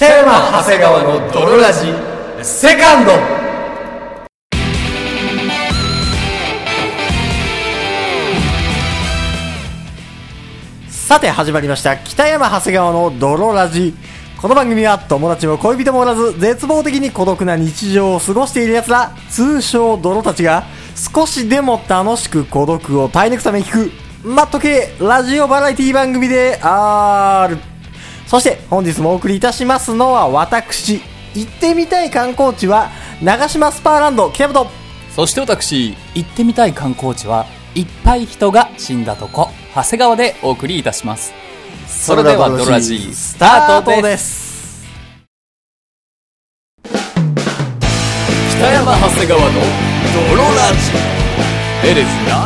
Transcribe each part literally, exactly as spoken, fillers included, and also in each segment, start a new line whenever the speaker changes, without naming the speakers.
北山長谷川の泥ラジセカンド。さて始まりました北山長谷川の泥ラジ。この番組は友達も恋人もおらず絶望的に孤独な日常を過ごしている奴ら、通称泥たちが少しでも楽しく孤独を耐え抜くために聞くマット系ラジオバラエティ番組である。そして本日もお送りいたしますのは私、行ってみたい観光地は長島スパーランド北山と、
そして私、行ってみたい観光地はいっぱい人が死んだとこ長谷川でお送りいたします。それではドラジースタートです。北山長谷川の泥ラジエレスな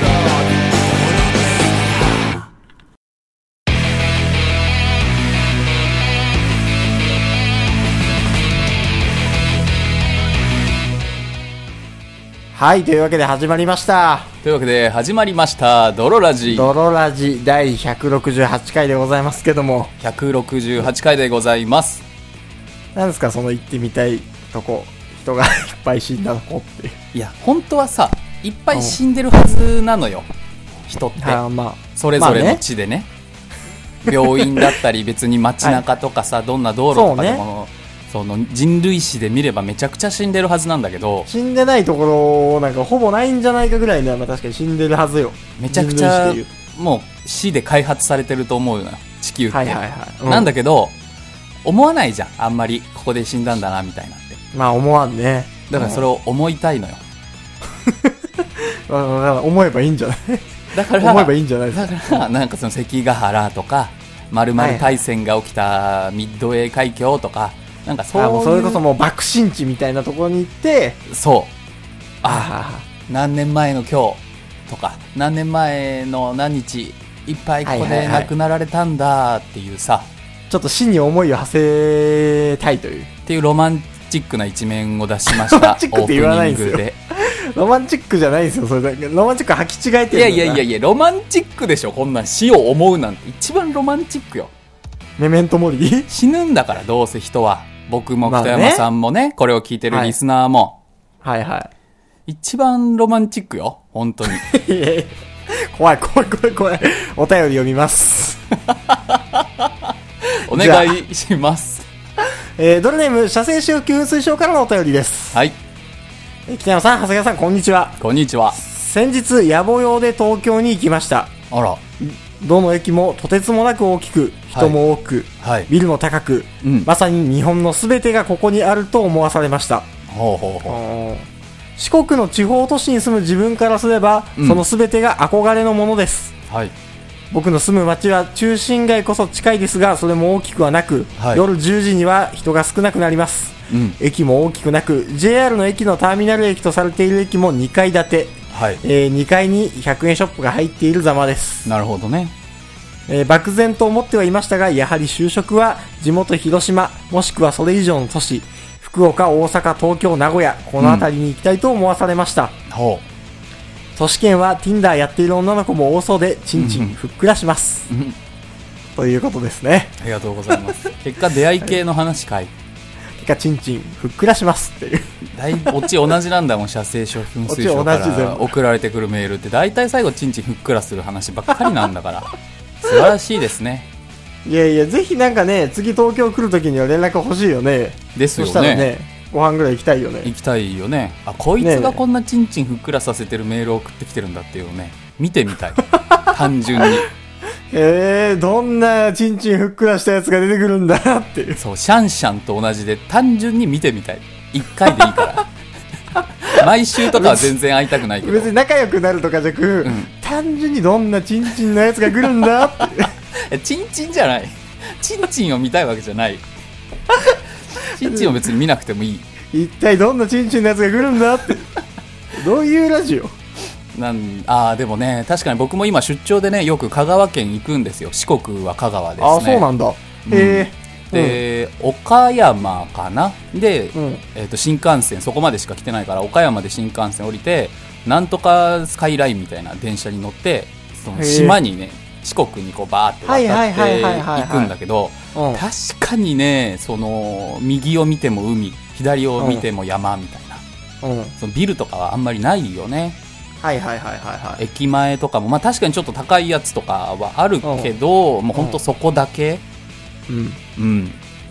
はい、というわけで始まりました。
というわけで始まりました泥ラジ
泥ラジだいひゃくろくじゅうはちかいでございますけども、
ひゃくろくじゅうはちかいでございます。
なんですかその行ってみたいとこ、人がいっぱい死んだとこって。
いや本当はさ、いっぱい死んでるはずなのよ、人って。あ、まあ、それぞれの地でね、まあ、ね病院だったり別に街中とかさ、はい、どんな道路とかでもその人類史で見ればめちゃくちゃ死んでるはずなんだけど、
死んでないところなんかほぼないんじゃないかぐらいには、まあ、確かに死んでるはずよ。
めちゃくちゃもう死で開発されてると思うのよ地球って、はいはいはい、うん、なんだけど思わないじゃん、あんまりここで死んだんだなみたいなって。
まあ思わんね。
だからそれを思いたいのよ、
うん、思えばいいんじゃない
だから
思えばいいんじゃないですか。
だからなんかその関ヶ原とか丸々大戦が起きたミッドウェー海峡とか、なんかそういう、あ、もう
それこそもう爆心地みたいなところに行って、
そう、ああ何年前の今日とか何年前の何日いっぱいここで亡くなられたんだっていうさ、はいはいはい、
ちょっと死に思いを馳せたいという
っていうロマンチックな一面を出しました。ロマンチックって言わないんですよ。
ロマンチックじゃないんですよ、それだけ。ロマンチック履き違えてる。
いやいやいやいや、ロマンチックでしょ、こんなん死を思うなんて一番ロマンチックよ。
メメントモリ
死ぬんだからどうせ人は。僕も北山さんもね、まあね、これを聞いてるリスナーも、
はい、はいはい
一番ロマンチックよ本当に。
怖い怖い怖い怖い。お便り読みます
お願いします。
えー、ドルネーム射精使用給付推奨からのお便りです。
はい、
えー、北山さん長谷川さんこんにちは。
こんにちは。
先日野暮用で東京に行きました。
あら、
どの駅もとてつもなく大きく、人も多く、はい、ビルも高く、うん、まさに日本のすべてがここにあると思わされました。ほうほうほう。四国の地方都市に住む自分からすれば、うん、そのすべてが憧れのものです、はい、僕の住む町は中心街こそ近いですが、それも大きくはなく、はい、夜じゅうじには人が少なくなります、うん、駅も大きくなく ジェイアール の駅のターミナル駅とされている駅もにかい建て、はい、えー、にかいにひゃくえんショップが入っているざまです。
なるほどね。
えー、漠然と思ってはいましたが、やはり就職は地元広島もしくはそれ以上の都市、福岡、大阪、東京、名古屋、この辺りに行きたいと思わされました、うん、ほう。都市圏は Tinder やっている女の子も多そうでチンチンふっくらします、うん、ということですね。
ありがとうございます。結果出会い系の話かい。
結果チンチンふっくらしますっていう
だいぶオチ同じなんだもん。射精処分推奨から送られてくるメールって大体最後チンチンふっくらする話ばっかりなんだから素晴らしいですね。
いやいや、ぜひなんかね、次東京来るときには連絡欲しいよね。
ですよね。
そしたらね、ご飯ぐらい行きたいよね。
行きたいよね。あ、こいつがこんなチンチンふっくらさせてるメールを送ってきてるんだっていうのね、見てみたい単純に。
えー、どんなチンチンふっくらしたやつが出てくるんだっていう。
そう、シャンシャンと同じで単純に見てみたい。一回でいいから毎週とかは全然会いたくないけど、
別に仲良くなるとかじゃなく、うん、単純にどんなチンチンのやつが来るんだって
チンチンじゃない、チンチンを見たいわけじゃないチンチンを別に見なくてもいい。
一体どんなチンチンのやつが来るんだってどういうラジオ
なんあ。でもね、確かに僕も今出張でね、よく香川県行くんですよ。四国は香川ですね。
あ、そうなんだ。へえ、
うん、で、うん、岡山かなで、うん、えーと、新幹線そこまでしか来てないから、岡山で新幹線降りてなんとかスカイラインみたいな電車に乗って、その島にね四国にこうバーって渡っていくんだけど、確かにね、その右を見ても海、左を見ても山みたいな、うん、そのビルとかはあんまりないよね。
はいはいはいはいはい。
駅前とかも、まあ、確かにちょっと高いやつとかはあるけど、うん、もうほんとそこだけ。
うん
うん。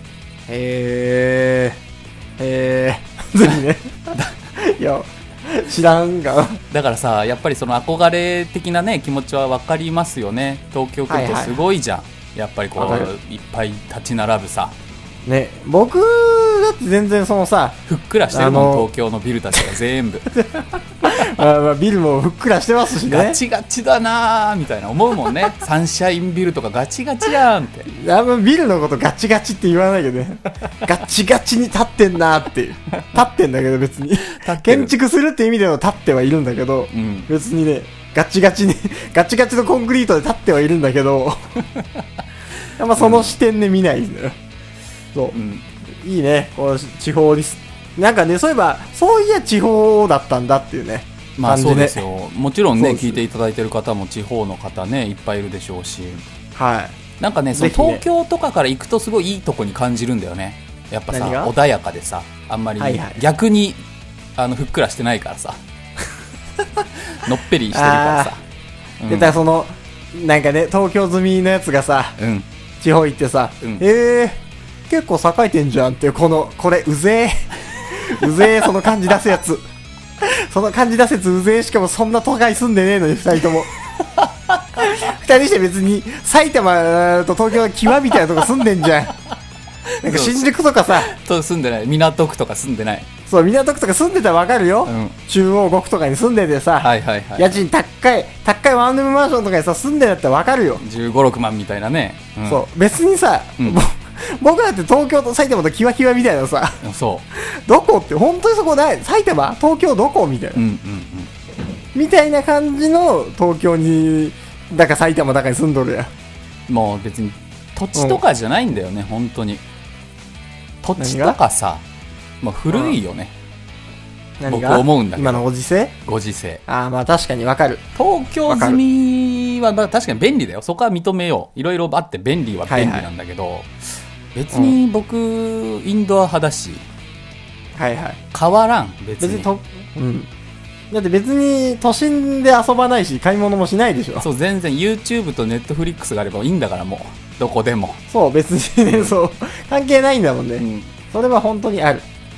へえー、へえー、ぜひね。いや知らんが。
だからさ、やっぱりその憧れ的なね気持ちは分かりますよね。東京来るとすごいじゃん、はいはい、やっぱりこういっぱい立ち並ぶさ
ね。僕だって全然そのさ、
ふっくらしてるもん、東京のビルたちが全部
あ、まあ、ビルもふっくらしてますしね。
ガチガチだなーみたいな思うもんね。サンシャインビルとかガチガチやんって。
あんまビルのことガチガチって言わないけどね。ガチガチに立ってんなーっていう。立ってんだけど別に建築するって意味では立ってはいるんだけど、うん、別にねガチガチにガチガチのコンクリートで立ってはいるんだけどあんまその視点で見ないんだよ、うん、そう、うん、いいねこの地方リスなんかね、そういえばそういや地方だったんだっていうね。
まあそうですよ。もちろんね聞いていただいてる方も地方の方ねいっぱいいるでしょうし、
はい。
なんかねその東京とかから行くとすごいいいとこに感じるんだよね。やっぱさ穏やかでさ、あんまり、はいはい、逆にあのふっくらしてないからさのっぺりしてるからさ、
うん、でだからそのなんかね東京済みのやつがさ、うん、地方行ってさ、うん、えー結構栄えてんじゃんっていうこのこれうぜえうぜえその感じ出すやつその感じ出すやつうぜえ。しかもそんな都会住んでねえのにふたりともふたりして別に埼玉と東京の際みたいなとこ住んでんじゃん。なんか新宿とかさ
と住んでない、港区とか住んでない。
そう港区とか住んでたらわかるよ、うん、中央ご区とかに住んでてさ、
はいはいはい、
家賃高い高いワンルームマンションとかにさ住んでたらわかるよ。
じゅうご、ろくまんみたいなね、
うん、そう別にさ、うん、僕だって東京と埼玉とキワキワみたいなさ、
そう
どこって本当にそこない埼玉東京どこみたいな、うんうんうん、みたいな感じの東京にだか埼玉だかに住んどるや
ん。もう別に土地とかじゃないんだよね、うん、本当に土地とかさもう古いよね、うん、僕思うんだけど
今のご時世
ご時世
ああまあ確かにわかる。
東京済みはまあ確かに便利だよ、そこは認めよう。いろいろあって便利は便利なんだけど、はいはい、別に僕、うん、インドア派だし、
はいはい、
変わらん別に。別にと、
うん、だって別に都心で遊ばないし買い物もしないでしょ。
そう全然 YouTube と Netflix があればいいんだからもうどこでも。
そう別にね、うん、そう関係ないんだもんね、うん、それは本当にある、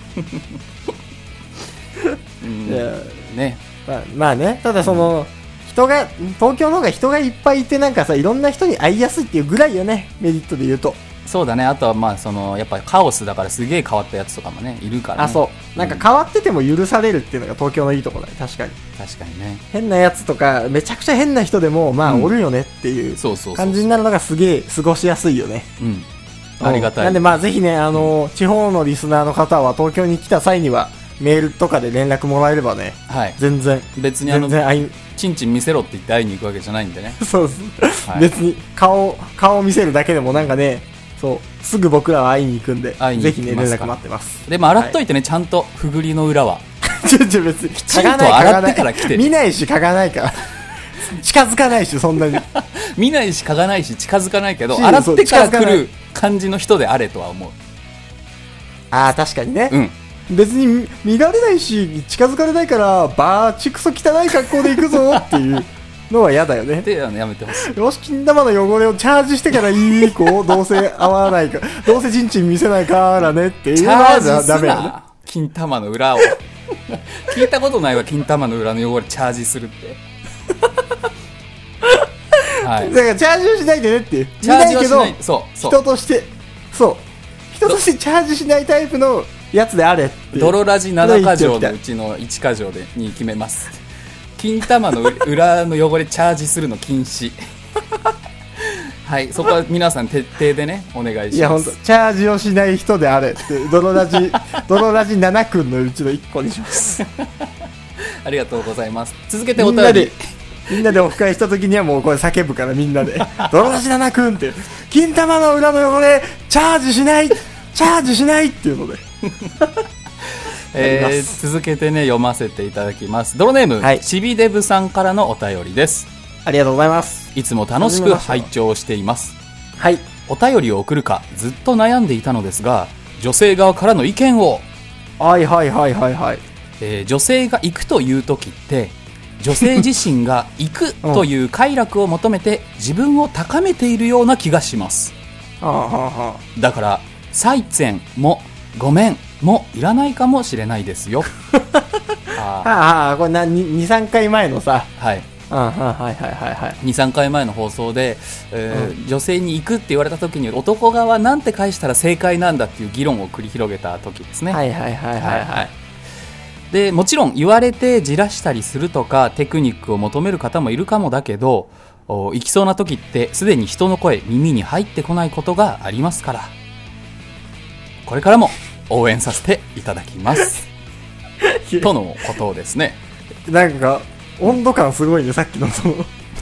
うん、ね、
まあ、まあねただその、うん、人が東京の方が人がいっぱいいてなんかさいろんな人に会いやすいっていうぐらいよねメリットで言うと。
そうだね。あとはまあそのやっぱりカオスだからすげえ変わったやつとかもねいるからね。
あそうなんか変わってても許されるっていうのが東京のいいところだね。確かに
確かにね。
変なやつとかめちゃくちゃ変な人でもまあ、うん、おるよねっていう感じになるのがすげえ過ごしやすいよね。
うんありがたい。
なんでまあぜひねあの、うん、地方のリスナーの方は東京に来た際にはメールとかで連絡もらえればね、はい、全然
別にあのチンチン見せろって言って会いに行くわけじゃないんでね。
そうです、はい、別に顔顔を見せるだけでもなんかねそうすぐ僕らは会いに行くんでぜひね連絡待ってます。
でも洗っといてね、はい、ちゃんとふぐりの裏は
ちょちょ別に
きちんと洗ってから来て
見ないし嗅がないから近づかないしそんなに
見ないし嗅がないし近づかないけど洗ってから来る感じの人であれとは思う。
ああ確かにね、
うん
別に見られないし近づかれないからバーチクソ汚い格好で行くぞっていうのは嫌だよね。
でやめてほしい。
よし金玉の汚れをチャージしてからいい子どうせ合わないかどうせチンチン見せないからねっていうのはダメよね。
金玉の裏を聞いたことないわ。金玉の裏の汚れチャージするって
はい、だからチャージをしないでねっていう
チャージはしない。そうそう
人としてそう人としてチャージしないタイプのやつであれって
泥ラジななか条のうちのいちか条でに決めます。金玉の裏の汚れチャージするの禁止はいそこは皆さん徹底でねお願いします。
いや本当チャージをしない人であれって泥ラジ泥ラジななくんのうちのいっこにします
ありがとうございます。続けてお便り
みんなでオフ会した時にはもうこれ叫ぶからみんなで泥ラジななくんって金玉の裏の汚れチャージしないチャージしないっていうので
えー、続けてね読ませていただきます。ドロネーム、はい、ちびデブさんからのお便りです。
ありがとうございます。
いつも楽しく拝聴しています。
はい。
お便りを送るかずっと悩んでいたのですが、女性側からの意見を。
はいはいはいはいはい。
えー、女性が行くという時って、女性自身が行くという快楽を求めて自分を高めているような気がします。
はあはあは
あ、だからサイツェンもごめんもいらないかもしれないですよ。
ああはあ、これな にさんかいまえのさ、
はい、
ああはいはいはいはい、
にさんかいまえの放送で、えーうん、女性に行くって言われた時に男側はなんて返したら正解なんだっていう議論を繰り広げた時ですね。
はいはいはいはいはい、はい、
でもちろん言われてじらしたりするとかテクニックを求める方もいるかもだけど、行きそうな時ってすでに人の声耳に入ってこないことがありますから、これからも応援させていただきますとのことですね。
なんか温度感すごいね、さっきのその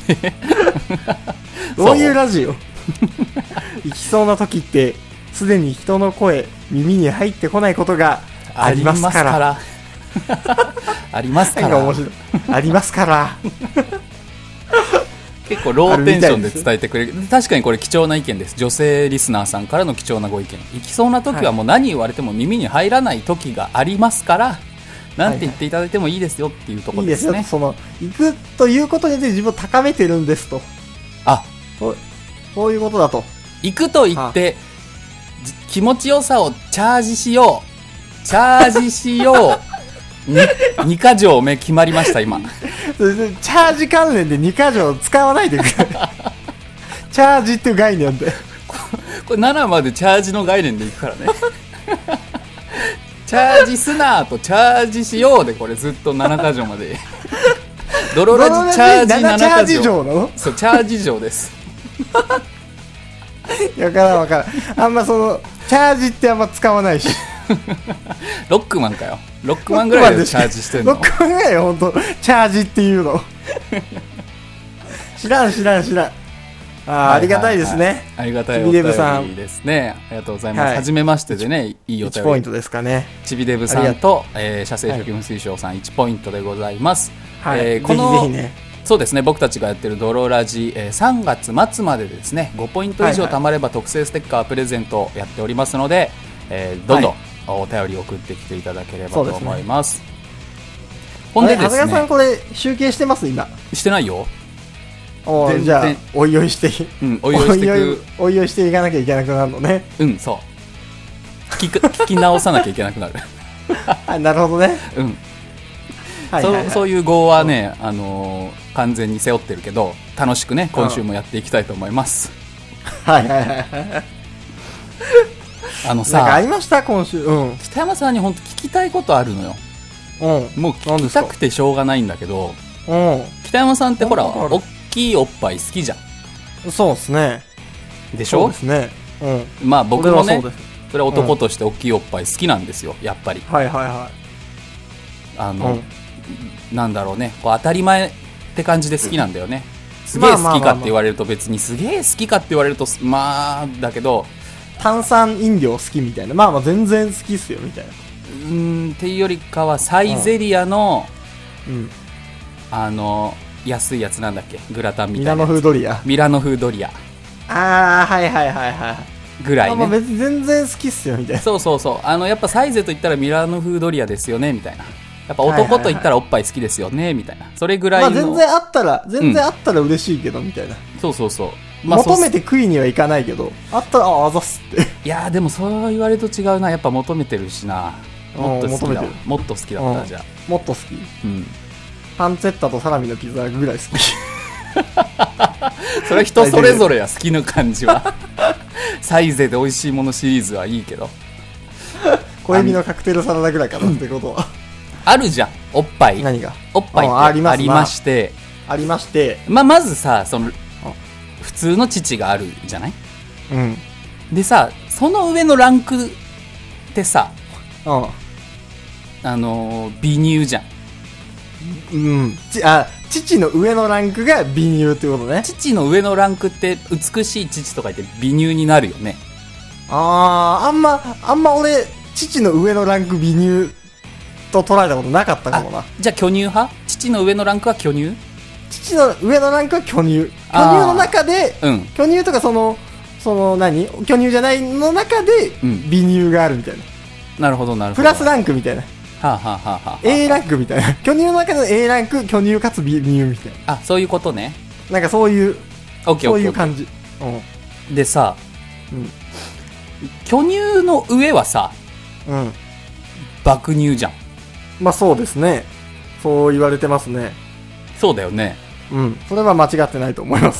どういうラジオ行きそうな時ってすでに人の声耳に入ってこないことがありますから
ありますから
面白いありますから
結構ローテンションで伝えてくれる。確かにこれ貴重な意見です。女性リスナーさんからの貴重なご意見。行きそうな時はもう何言われても耳に入らない時がありますから、なんて言っていただいてもいいですよっていうところですね。いいですよ。
その行くということによって自分を高めてるんですと。
あ、
そうそういうことだと。
行くと言って気持ちよさをチャージしようチャージしようにか条目決まりました今。
チャージ関連でにか条使わないでくれチャージっていう概念で
これななまでチャージの概念でいくからねチャージすなとチャージしようでこれずっとななか条までドロラジチャージななか条なの。そうチャージ条です
分からん分からん、あんまそのチャージってあんま使わないし
ロックマンかよ。ロックマンぐらいでチャージしてんの。
ロックマンぐらいよ本当チャージっていうの知らん知らん知らん。あ、はいはいはい、ありがたいですね。
ありがたいお便りですね。ありがとうございます。はい、初めましてでね、いいお便り。いち
ポイントですかね。
ちびデブさんと、えー、射精初期無水晶さんいちポイントでございます。
はい、えー、このぜひぜひね。
そうですね、僕たちがやってるドロラジ、えー、さんがつ末まででですねごポイント以上貯まれば特製ステッカープレゼントやっておりますので、えー、どんどんお便り送ってきていただければと思います。
ね、
ほんでですね、
長谷川さんこれ集計してます今。
してないよ。
おじゃあおいおいして、
うん、おいおいしていく
おいおいしていかなきゃいけなくなるのね。
うん、そう聞, 聞き直さなきゃいけなくなる
あ、なるほどね。
うん、はいはいはい、そ, そういう業はね、あのー、完全に背負ってるけど楽しくね今週もやっていきたいと思います。
はいはいはい
あのさ、
なんかありました今週。うん、
北山さんに本当聞きたいことあるのよ。
うん、
もう聞きたくてしょうがないんだけど、
うん、
北山さんってほら大きいおっぱい好きじゃん。
そうですね。
でしょ。
そうですね。
うん、まあ僕もね、そ, それは男として大きいおっぱい好きなんですよ、やっぱり。
はいはいはい。
あの、うん、なんだろうね、こう当たり前って感じで好きなんだよね。すげえ好きかって言われると別にすげえ好きかって言われるとまあだけど、
炭酸飲料好きみたいな、まあまあ全然好きっすよみたいな。
うーんっていうよりかはサイゼリアの、うん、あの安いやつなんだっけ、グラタンみたいな。
ミラノフードリア。
ミラノフードリア。
ああはいはいはいはい。
ぐらいね。
まあ別に全然好きっすよみたいな。
そうそうそう。あのやっぱサイゼと言ったらミラノフードリアですよねみたいな。やっぱ男と言ったらおっぱい好きですよねみたいな。それぐらいの。
まあ全然あったら全然あったら嬉しいけどみたいな。
うん、そうそうそう。
まあ、求めて食いにはいかないけど、あったらああざっすって。
いやーでもそう言われると違うな。やっぱ求めてるしな。もっと好きだ。もっと好きだった、じゃあ。
もっと好き。うん。パンツェッタとサラミのピザぐらい好き。
それは人それぞれや、好きな感じは。サイゼで美味しいものシリーズはいいけど。
小エビのカクテルサラダぐらいかなってことは。
あるじゃん、おっぱい。
何が？
おっぱいってありまして。
ありまして。
まあまずさ、その普通の乳があるじゃない？
うん。
でさ、その上のランクってさ、
うん。
あのー、美乳じゃん。
うん。ちあ、乳の上のランクが美乳ってことね。
乳の上のランクって美しい乳とか言って美乳になるよね。
あー、あんま、あんま俺、乳の上のランク美乳と捉えたことなかったかもな。
じゃあ巨乳派？乳の上のランクは巨乳？
父の上のランクは巨乳。巨乳の中で、うん、巨乳とかその、その何巨乳じゃないの中で、微乳があるみたいな。
なるほどなるほど。
プラスランクみたいな。
はあ、はあはあはあ、
A ランクみたいな。巨乳の中の A ランク、巨乳かつ微乳みたいな。
あ、そういうことね。
なんかそういう、
オッケー
そういう感じ。
うん、でさ、うん、巨乳の上はさ、うん、爆乳じゃん。
まあそうですね。そう言われてますね。
そうだよね。
うん。それは間違ってないと思います。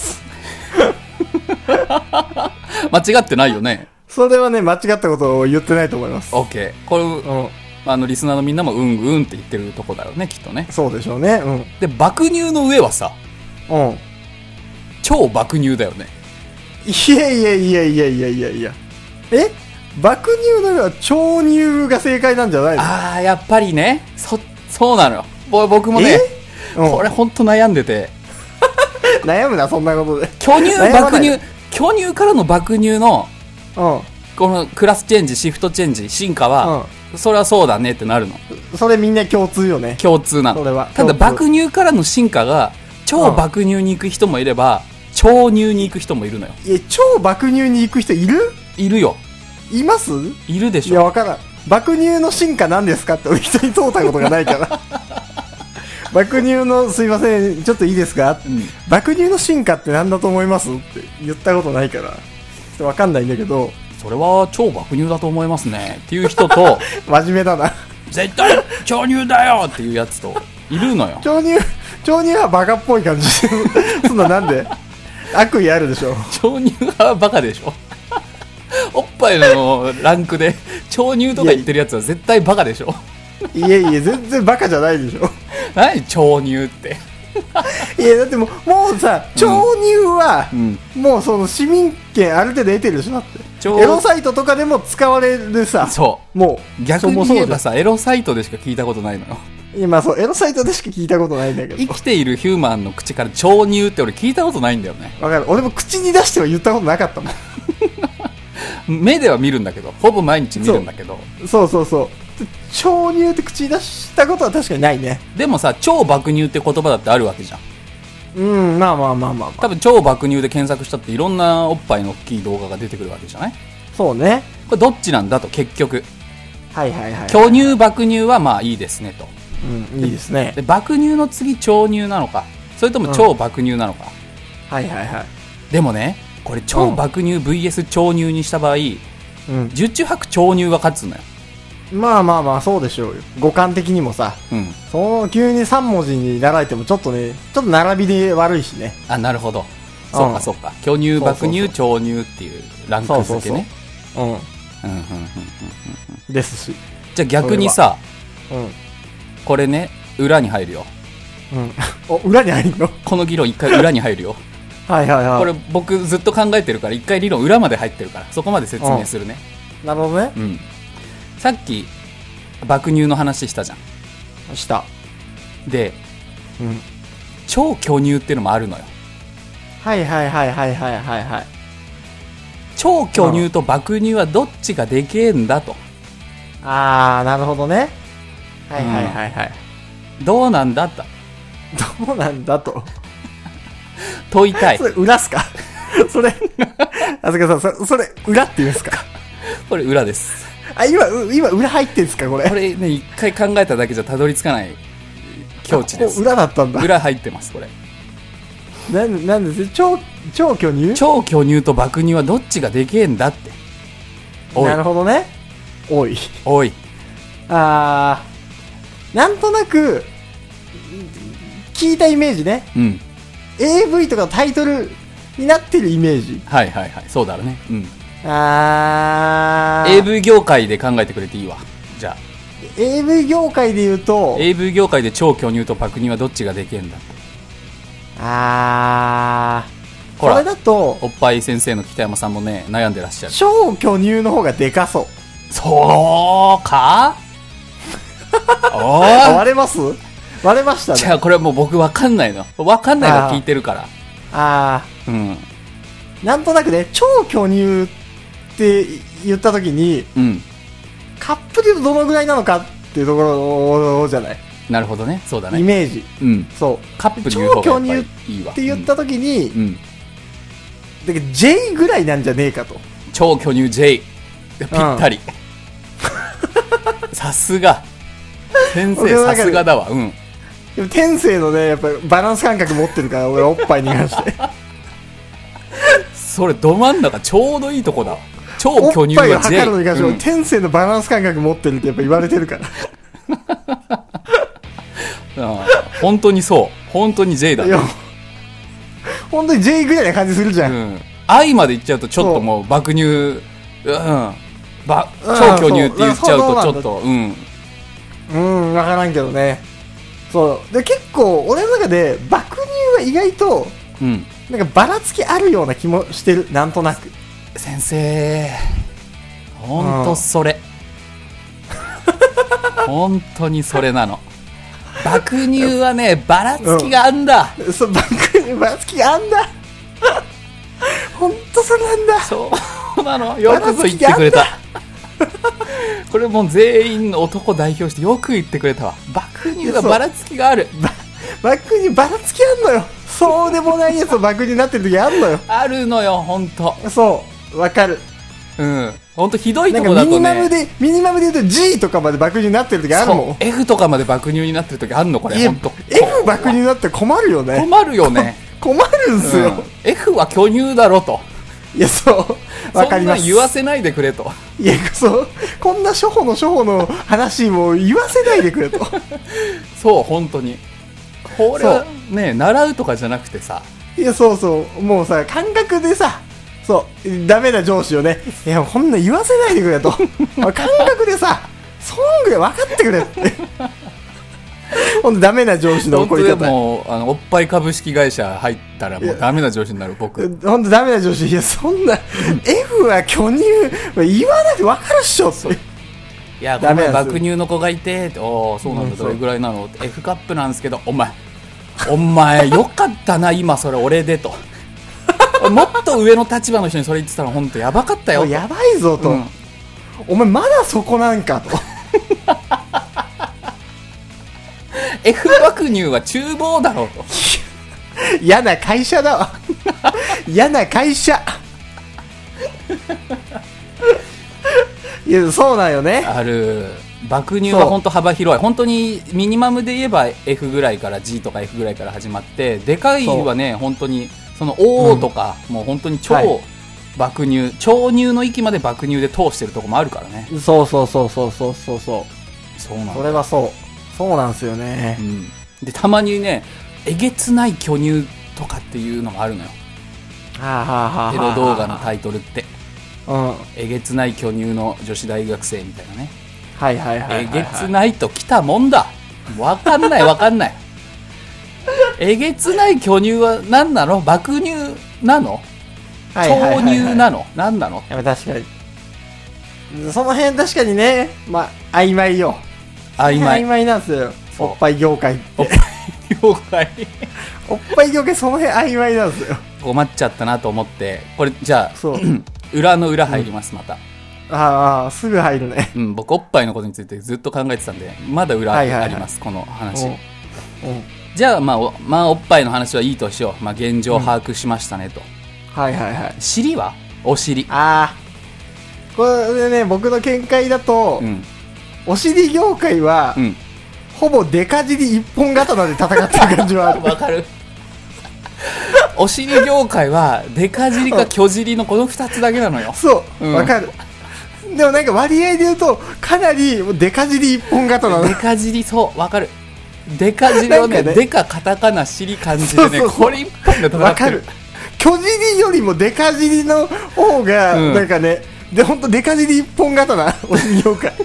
間違ってないよね。
それはね、間違ったことを言ってないと思います。
オッケー。これ、うん、あのリスナーのみんなもうんうんって言ってるとこだよね、きっとね。
そうでしょうね。うん。
で、爆乳の上はさ、うん。超爆乳だよね。
いやいやいやいやいやいやいや。え？爆乳の上は超乳が正解なんじゃないの？
ああ、やっぱりね。そ、そうなのよ。僕もね、うん、これほんと悩んでて。
悩むな、そんなことで。
巨乳、爆乳、巨乳からの爆乳の、うん、このクラスチェンジ、シフトチェンジ、進化は、うん、それはそうだねってなるの。
それみんな共通よね。
共通なの。それは。ただ爆乳からの進化が、超爆乳に行く人もいれば、うん、超乳に行く人もいるのよ。
いや、超爆乳に行く人いる？
いるよ。
います？
いるでしょ。
いや、わからん。爆乳の進化何ですかって俺人に問うたことがないから。爆乳の、すいません、ちょっといいですか、うん、爆乳の進化って何だと思いますって言ったことないから、ちょっとわかんないんだけど。
それは超爆乳だと思いますね。っていう人と、
真面目だな。
絶対超乳だよっていうやつと、いるのよ。
超乳、超乳はバカっぽい感じ。そんななんで悪意あるでしょ。
超乳はバカでしょ。おっぱいのランクで超乳とか言ってるやつは絶対バカでしょ。
いやいや、全然バカじゃないでしょ。
何超乳って。
いや、だってもう、もうさ、超乳は、うん、もうその市民権ある程度得てるでしょ。だって。エロサイトとかでも使われるさ。
そう。
も
う。逆に言えばさ、エロサイトでしか聞いたことないのよ。
今そう、エロサイトでしか聞いたことないんだけど。
生きているヒューマンの口から超乳って俺聞いたことないんだよね。
わかる。俺も口に出しては言ったことなかったもん。
目では見るんだけど、ほぼ毎日見るんだけど。
そうそうそうそう。超乳って口に出したことは確かにないね。
でもさ、超爆乳って言葉だってあるわけじゃん。
うん、まあまあまあまあ、まあ、
多分超爆乳で検索したっていろんなおっぱいの大きい動画が出てくるわけじゃない？
そうね。
これどっちなんだと結局。
はいはいはい、はい。
巨乳爆乳はまあいいですねと。
うん、いいですね。
で、爆乳の次超乳なのか、それとも超爆乳なのか。
うん、はいはいはい。
でもね、これ超爆乳 ブイエス 超乳にした場合、うん、十中八九超乳は勝つのよ。
まあまあまあそうでしょうよ。五感的にもさ、うん、その急にさん文字に習えてもちょっとね、ちょっと並びで悪いしね。
あ、なるほど。そうかそうか。巨乳、爆乳、超乳っていうランク付けね。うん。うんうんうん
うん。ですし。
じゃあ逆にさ、うん、これね、裏に入るよ。
うん。お、裏に入るの？
この議論一回裏に入るよ。
はいはいはい。
これ僕ずっと考えてるから一回理論裏まで入ってるからそこまで説明するね。
うん、なるほどね。
うん。さっき爆乳の話したじゃん。
した。
で、うん、超巨乳っていうのもあるのよ。
はいはいはいはいはいはいはい。
超巨乳と爆乳はどっちがでけえんだと。
あー、なるほどね。はいはいはいはい。
うん、どうなんだと。
どうなんだと。
問いたい。
それ裏っすか？それ、あすかさん、そ, それ裏って言うんすか？
これ裏です。
あ、今、今裏入ってんすかこれ？
これね、一回考えただけじゃたどり着かない境地です。
裏だったんだ。
裏入ってます、これ。
なん、なんです超、超巨乳？
超巨乳と爆乳はどっちがでけえんだって。
なるほどね。おい。
おい。
あー、なんとなく、聞いたイメージね。うん。エーブイ とかのタイトルになってるイメージ。
はいはいはい。そうだろうね。うん。
あー。
エーブイ 業界で考えてくれていいわ。じゃあ。
エーブイ 業界で言うと。
エーブイ 業界で超巨乳と爆乳はどっちがでけえんだ。
あー。
これ
これだと。
おっぱい先生の北山さんもね、悩んでらっしゃる。
超巨乳の方がでかそう。
そうか
おー。割れます割れましたね。
じゃあこれはもう僕分かんないの。分かんないの聞いてるから。
ああ。うん。なんとなくね、超巨乳って言ったときに、うん、カップで言うとどのぐらいなのかっていうところじゃない。
なるほどね、そうだね、
イメージ、
うん、
そう
カップル言う方がやっぱりいいわ
って言った時に、
うんうん、
だけど J ぐらいなんじゃねえかと。
超巨乳 J ぴったり、うん、さすが先生、さすがだわ。うん。
でも天性のね、やっぱバランス感覚持ってるから俺おっぱいに関して
それど真ん中ちょうどいいとこだ。超巨乳は J。 おっぱいを測るのに関して、
うん、天性のバランス感覚持ってるってやっぱ言われてるから
あ本当にそう、本当に J だ、ね、
本当に J ぐらいな感じするじゃん、うん、
I まで言っちゃうとちょっともう爆乳、うん、ば超巨乳って言っちゃうとちょっとうん
うん分からんけどね。そうで結構俺の中で爆乳は意外と、うん、なんかばらつきあるような気もしてる、なんとなく。
先生ほんとそれ、うん、本当にそれなの。爆乳はねばらつきがあんだ、
うん、そう爆乳ばらつきがあんだほんとそれなんだ。
そうなの、よくぞ言ってくれたこれもう全員の男代表してよく言ってくれたわ。爆乳はばらつきがある。
爆乳ばらつきあんのよ。そうでもないやつと爆乳になってる時あんのよ。
あるのよほんと。
そうわかる。
うんほんとひどいとこだとね、
ミニマムでミニマムで言うと G とかまで爆乳になってる時あるもん。
F とかまで爆乳になってる時あるのこれ。ほんと
F 爆乳になって困るよね。
困るよね
困るんすよ、うん、
F は巨乳だろと。
いやそうわかります。
そんな言わせないでくれと。
いやそうこんな初歩の初歩の話も言わせないでくれと
そう本当にこれはね習うとかじゃなくてさ、
いやそうそうもうさ感覚でさ、そうダメな上司をね、いやこんな言わせないでくれと感覚でさそんぐらい分かってくれってほんとダメな上司の怒り方。
本当でもあのおっぱい株式会社入ったらもうダメな上司になる僕。
ほんとダメな上司。いやそんな F は巨乳言わないで分かるっしょって。
いやこの爆乳の子がいて、おそうなんだ、どれぐらいなの F カップなんですけど、お前お前よかったな今それ俺でともっと上の立場の人にそれ言ってたら本当やばかったよ。
やばいぞと、うん、お前まだそこなんかと
F 爆乳は厨房だろうと
嫌な会社だわ嫌な会社いやそうなんよね。
ある爆乳は本当幅広い。本当にミニマムで言えば F ぐらいから G とか F ぐらいから始まって、でかいはね本当にその O とか、うん、もう本当に超爆乳、はい、超乳の域まで爆乳で通してるとこもあるからね。
そうそうそうそうそうそうそう
そうなんだ。
それはそうそうなんですよね、
うん、でたまにねえげつない巨乳とかっていうのもあるのよ。
はあはあはあ、
エロ動画のタイトルって、
うん、
えげつない巨乳の女子大学生みたいなね。
はいはいはいはい、はい、
えげつないときたもんだ。わかんないわかんないえげつない巨乳は何なの？爆乳なの？超乳なの？何なの？
やっぱ確かにその辺確かにね、まあ曖昧よ。
曖昧
曖昧なんですよおっぱい業界って。
おっぱい業界
おっぱい業界その辺曖昧なんですよ。
困っちゃったなと思って、これじゃあそう裏の裏入ります、うん、また。
ああすぐ入るね、
うん、僕おっぱいのことについてずっと考えてたんでまだ裏あります、はいはいはい、この話。じゃあ、まあ、おまあおっぱいの話はいいとしよう。まあ現状把握しましたねと、
うん、はいはいはい。
尻はお尻。
ああこれでね僕の見解だと、うん、お尻業界は、うん、ほぼデカ尻一本刀で戦ってる感じはある
わかるお尻業界はデカ尻か巨尻のこのふたつだけなのよ。
そうわ、うん、かる。でもなんか割合で言うとかなりデカ尻一本刀の
デカ尻。そうわかる。デカ尻を ね, ねデカカタカナ尻漢字でね、そうそうそうこれ一本で戦ってる。わかる。
巨尻よりもデカ尻の方がなんかね、うん、で本当デカ尻一本刀お尻業界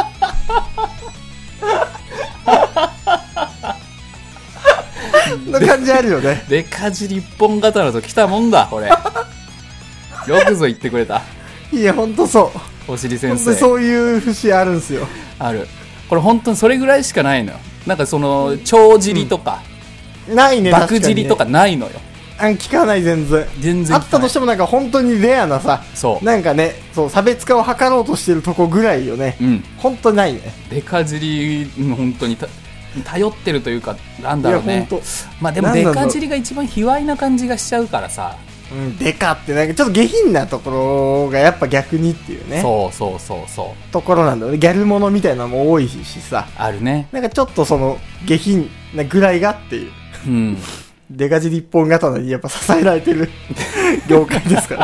の感じあるよね。
デカ尻一本刀ときたもんだこれよくぞ言ってくれた。
いや本当そう。
お尻先生
本当そういう節あるんですよ。
ある。これ本当にそれぐらいしかないのよ。なんかその超尻とか、
うん、ないね。
爆尻とかないのよ。
あ聞かない全然。
全然
あったとしてもなんか本当にレアなさ、
そう
なんかねそう差別化を図ろうとしてるとこぐらいよね。うん。本当にないね。
デカ尻本当にた頼ってるというかなんだろうね。まあでもデカ尻が一番卑猥な感じがしちゃうからさ。
うん、デカってなんかちょっと下品なところがやっぱ逆にっていうね。
そうそうそうそう
ところなんだよね。ギャルものみたいなのも多いしさ。
あるね。
なんかちょっとその下品なぐらいがっていう。うん。デカ尻一本刀にやっぱ支えられてる業界ですから。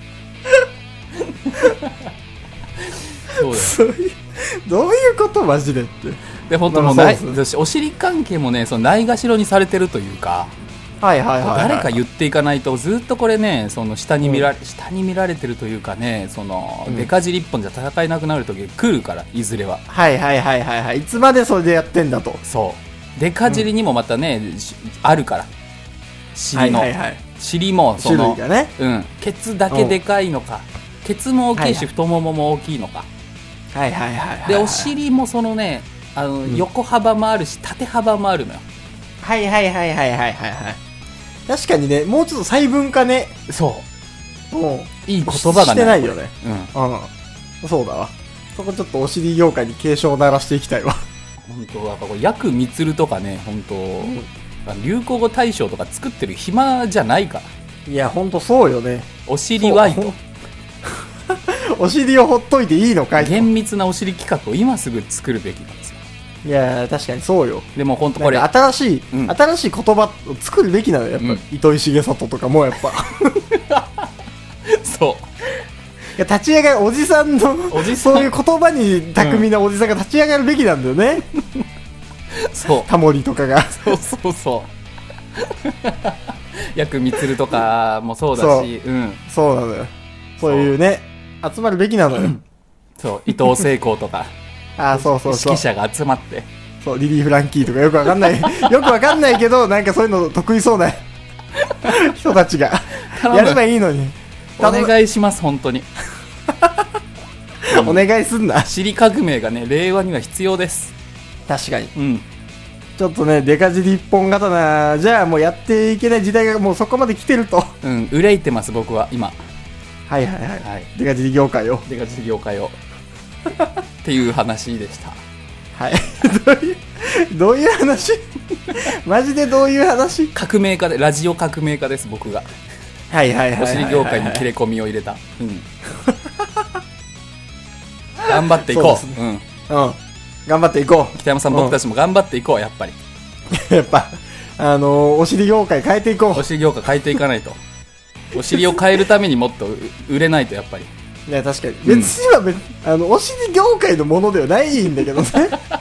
そうだよ。
そういうどういうことマジでって。
で本当もうない、お尻関係もね、そのないがしろにされてるというか。
はいはいはいはい、
誰か言っていかないとずっとこれね、その下に見られ、うん、下に見られてるというかね、その、うん、デカ尻一本じゃ戦えなくなる時が来るから、いずれは。
はいはいはいはいはい。いつまでそれでやってんだと。
そう。デカ尻にもまたね、うん、あるから。尻の、はいはいはい、尻もその、種類がね、うん、ケツだけでかいのか、うん、ケツも大きいし、はいはい、太ももも大きいのか。
はいはいはいはい、はい。
でお尻もそのね、あの、うん、横幅もあるし縦幅もあるのよ。
はいはいはいはいはいはいはい。確かにね、もうちょっと細分化ね。
そう。
うん。
いい言葉がね。
してないよね。
うん。
うん。そうだわ。そこちょっとお尻業界に警鐘を鳴らしていきたいわ。
本当だからこれヤクミツルとかね、本当、うん、流行語大賞とか作ってる暇じゃないから。
いや本当そうよね。
お尻ワイド。
お尻をほっといていいのかいと。
厳密なお尻企画を今すぐ作るべきなんですよ。
いや確かにそうよ。
でも本当これ
新しい、うん、新しい言葉を作るべきなのよやっぱ、うん、糸井重里とかもやっぱ
そうい
や立ち上がるおじさんの
おじさん
そういう言葉に巧みなおじさんが立ち上がるべきなんだよね、うん、
そう
タモリとかが
そうそうそうヤクミツルとかもそうだしそう、うん、
そうなのよ。そういうね集まるべきなのよ、うん、
そう伊藤聖光とか
あそうそうそう
指揮者が集まって
そうリリー・フランキーとかよくわかんないよくわかんないけどなんかそういうの得意そうな人たちがやればいいのに
お願いします本当に
お願いすんな。
尻革命がね令和には必要です。
確かに、
うん、
ちょっとねデカ尻一本刀じゃあもうやっていけない時代がもうそこまで来てると、
うん、憂いてます僕は今。
はいはいはい、はい、デカ尻業界を
デカ尻業界をっていう話でした。
はいどういうどういう話マジでどういう話。
革命家でラジオ革命家です僕が。
はいはいはいはい、はい、
お尻業界に切れ込みを入れた、うん、頑張っていこう。う、ね、
うん、うん、頑張っていこう。
北山さん、うん、僕たちも頑張っていこうやっぱり
やっぱあのー、お尻業界変えていこう。
お尻業界変えていかないとお尻を変えるためにもっと売れないとやっぱり。
いや確かに別には別、うん、あのお尻業界のものではないんだけどね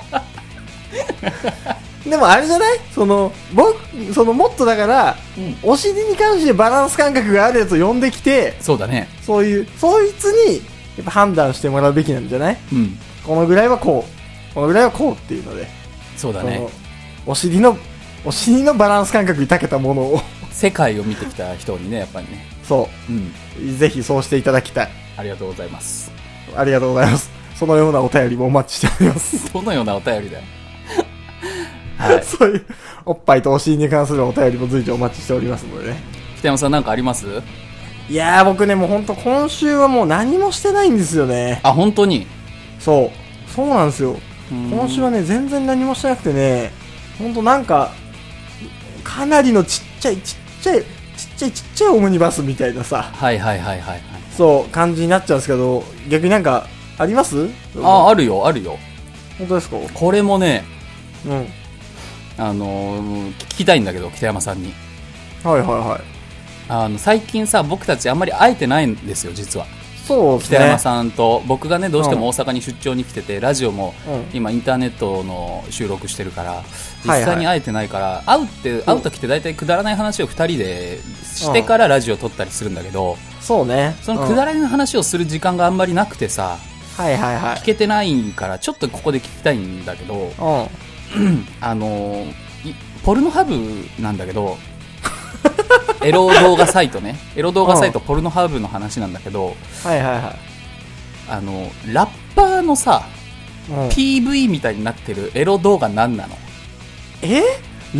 でもあれじゃないその僕そのもっとだから、うん、お尻に関してバランス感覚があるやつを呼んできて。
そうだね。
そういうそいつにやっぱ判断してもらうべきなんじゃない、
うん、
このぐらいはこうこのぐらいはこうっていうので。
そうだね。
お尻のお尻のバランス感覚に長けたものを
世界を見てきた人にねやっぱりね。
そう、うん、ぜひそうしていただきたい。
ありがとうございます。
ありがとうございます。そのようなお便りもお待ちしております。
どのようなお便りだよ
はい、そういうおっぱいとお尻に関するお便りも随時お待ちしておりますのでね。
北山さんなんかあります？
いやー僕ねもう本当今週はもう何もしてないんですよね。
あ本当に？
そうそうなんですよ。今週はね全然何もしてなくてね、本当なんかかなりのちっちゃいちっちゃいちっちゃいちっちゃいオムニバスみたいなさ、
はいはいはいはい、はい、
そう感じになっちゃうんですけど、逆になんかあります？
ああるよあるよ。
本当ですか？
これもね、
うん
あのー、聞きたいんだけど北山さんに。
はいはいはい。
あの最近さ僕たちあんまり会えてないんですよ実は。
そうですね。
北山さんと僕がねどうしても大阪に出張に来てて、うん、ラジオも今インターネットの収録してるから実際に会えてないから、はいはい、会うって会う時って大体くだらない話をふたりでしてからラジオ撮ったりするんだけど、うん、
そうね。
そのくだらない話をする時間があんまりなくてさ、
はいはいはい、
聞けてないからちょっとここで聞きたいんだけど、うん、あのポルノハブなんだけどエロ動画サイトねエロ動画サイトポルノハブの話なんだけど、
はいはいはい、
あのラッパーのさ、うん、ピーブイ みたいになってるエロ動画何なの？
えラッ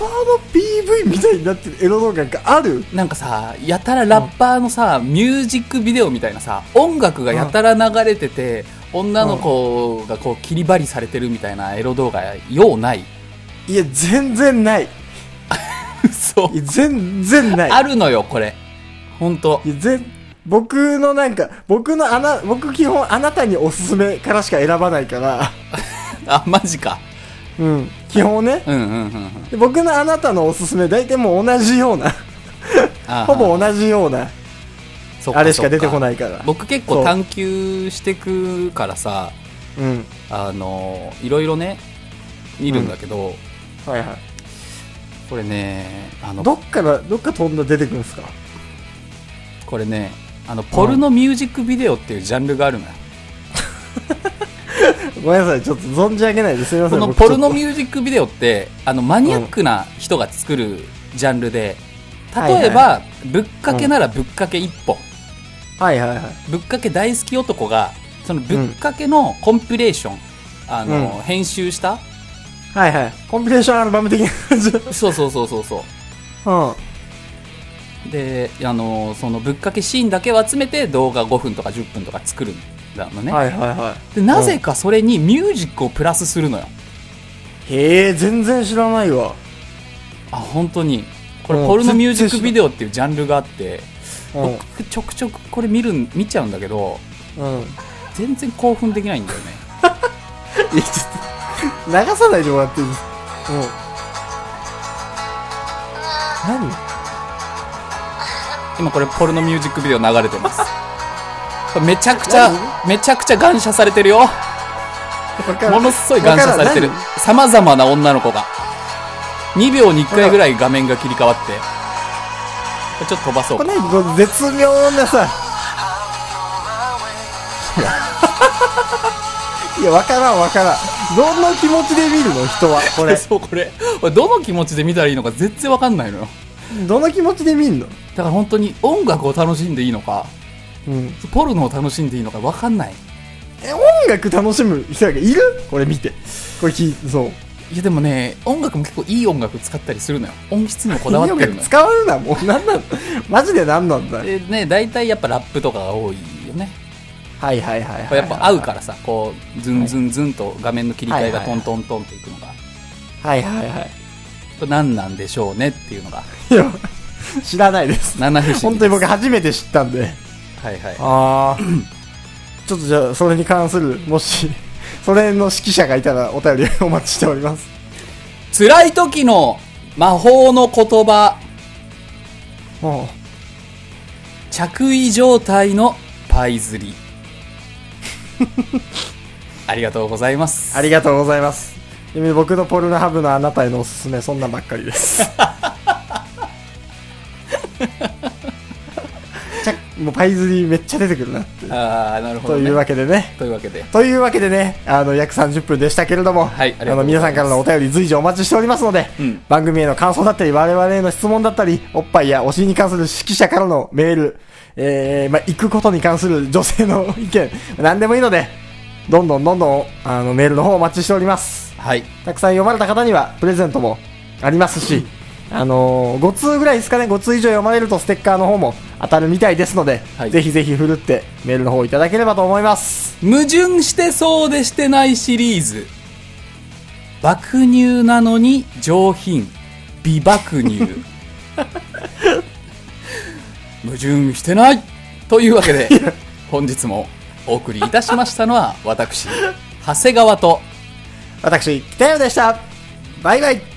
パーの ピーブイ みたいになってるエロ動画がある。
なんかさ、やたらラッパーのさ、うん、ミュージックビデオみたいなさ、音楽がやたら流れてて、うん、女の子がこう切り張りされてるみたいなエロ動画ようない？
いや全然ない。
そう。
全然ない。
あるのよこれ。本当。
いや全僕のなんか僕のあな僕基本あなたにおすすめからしか選ばないから。
あ、マジか。
うん、基本ね、
うんうんうんうん、
僕のあなたのおすすめ大体もう同じようなほぼ同じようなあれしか出てこないから。
僕結構探求してくからさ、
うん、
あのいろいろね見るんだけど、
うん、はいはい。
これね、あの
どっからどっか飛んだ出てくるんですか。
これね、あのポルノミュージックビデオっていうジャンルがあるのよ。
ごめんなさい、ちょっと存じ上げないです。すみません。
このポルノミュージックビデオってあのマニアックな人が作るジャンルで、例えば、はいはい、ぶっかけならぶっかけ一本、
うん、はいはいはい。
ぶっかけ大好き男がそのぶっかけのコンピレーション、うん、あの、うん、編集した
はいはい、コンピレーションアルバム的な感じ。
そうそうそうそうそう、うん、であのそのぶっかけシーンだけを集めて動画ごふんとかじゅっぷんとか作るんだのね。
はいはいはい。
でなぜかそれにミュージックをプラスするのよ。
へえ、全然知らないわ。
あ、本当にこれポルノミュージックビデオっていうジャンルがあって、僕ちょくちょくこれ見る見ちゃうんだけど、うん、全然興奮できないんだよね。
いやちょっと流さないでもらっていいです。うん。何？
今これポルノミュージックビデオ流れてます。これめちゃくちゃめちゃくちゃ感謝されてるよ。ものすごい感謝されてる。さまざまな女の子がにびょうにいっかいぐらい画面が切り替わって、これちょっと飛ばそうか。
これね、絶妙なさ。いや、わからんわからん。どんな気持ちで見るの人はこれ。
そう、これどの気持ちで見たらいいのか全然わかんないのよ。
どの気持ちで見んの？
だから本当に音楽を楽しんでいいのか、
うん、
ポルノを楽しんでいいのかわかんない。
え、音楽楽しむ人がいる？これ見て、これ聞いて。そう。
いやでもね、音楽も結構いい音楽使ったりするのよ。音質にもこだわってるのよ。いい音楽
使うな、もう。なんなんマジでなんなんだ。
でね、大体やっぱラップとかが多いよね。
はいはいはいはい。
やっぱ合うからさ、こうズンズンズンと画面の切り替えがトントントンっていくのが、
はいはいはい。
これ何なんでしょうねっていうのが。
いや、知らないです。
七不思議です。
本当に僕初めて知ったんで。
はいはい。
ああ。ちょっとじゃあそれに関する、もしそれの指揮者がいたらお便りお待ちしております。
辛い時の魔法の言葉。
おう。
着衣状態のパイ釣り。ありがとうございます。
ありがとうございます。僕のポルノハブのあなたへのおすすめ、そんなんばっかりです。もうパイ釣りめっちゃ出てくるなって。
ああ、なるほど、ね、
というわけでね。
というわけで。
というわけでね、あの約さんじゅっぷんでしたけれども、はい、あの皆さんからのお便り随時お待ちしておりますので、うん、番組への感想だったり、我々への質問だったり、おっぱいやお尻に関する指揮者からのメール、えー、まあ行くことに関する女性の意見、何でもいいので、どんどんどんどんあのメールの方お待ちしております。
はい。
たくさん読まれた方にはプレゼントもありますし。あのー、ご通ぐらいですかね、ご通以上読まれるとステッカーの方も当たるみたいですので、はい、ぜひぜひふるってメールの方いただければと思います。
矛盾してそうでしてないシリーズ、爆乳なのに上品美爆乳。矛盾してないというわけで本日もお送りいたしましたのは私長谷川と
私北山でした。バイバイ。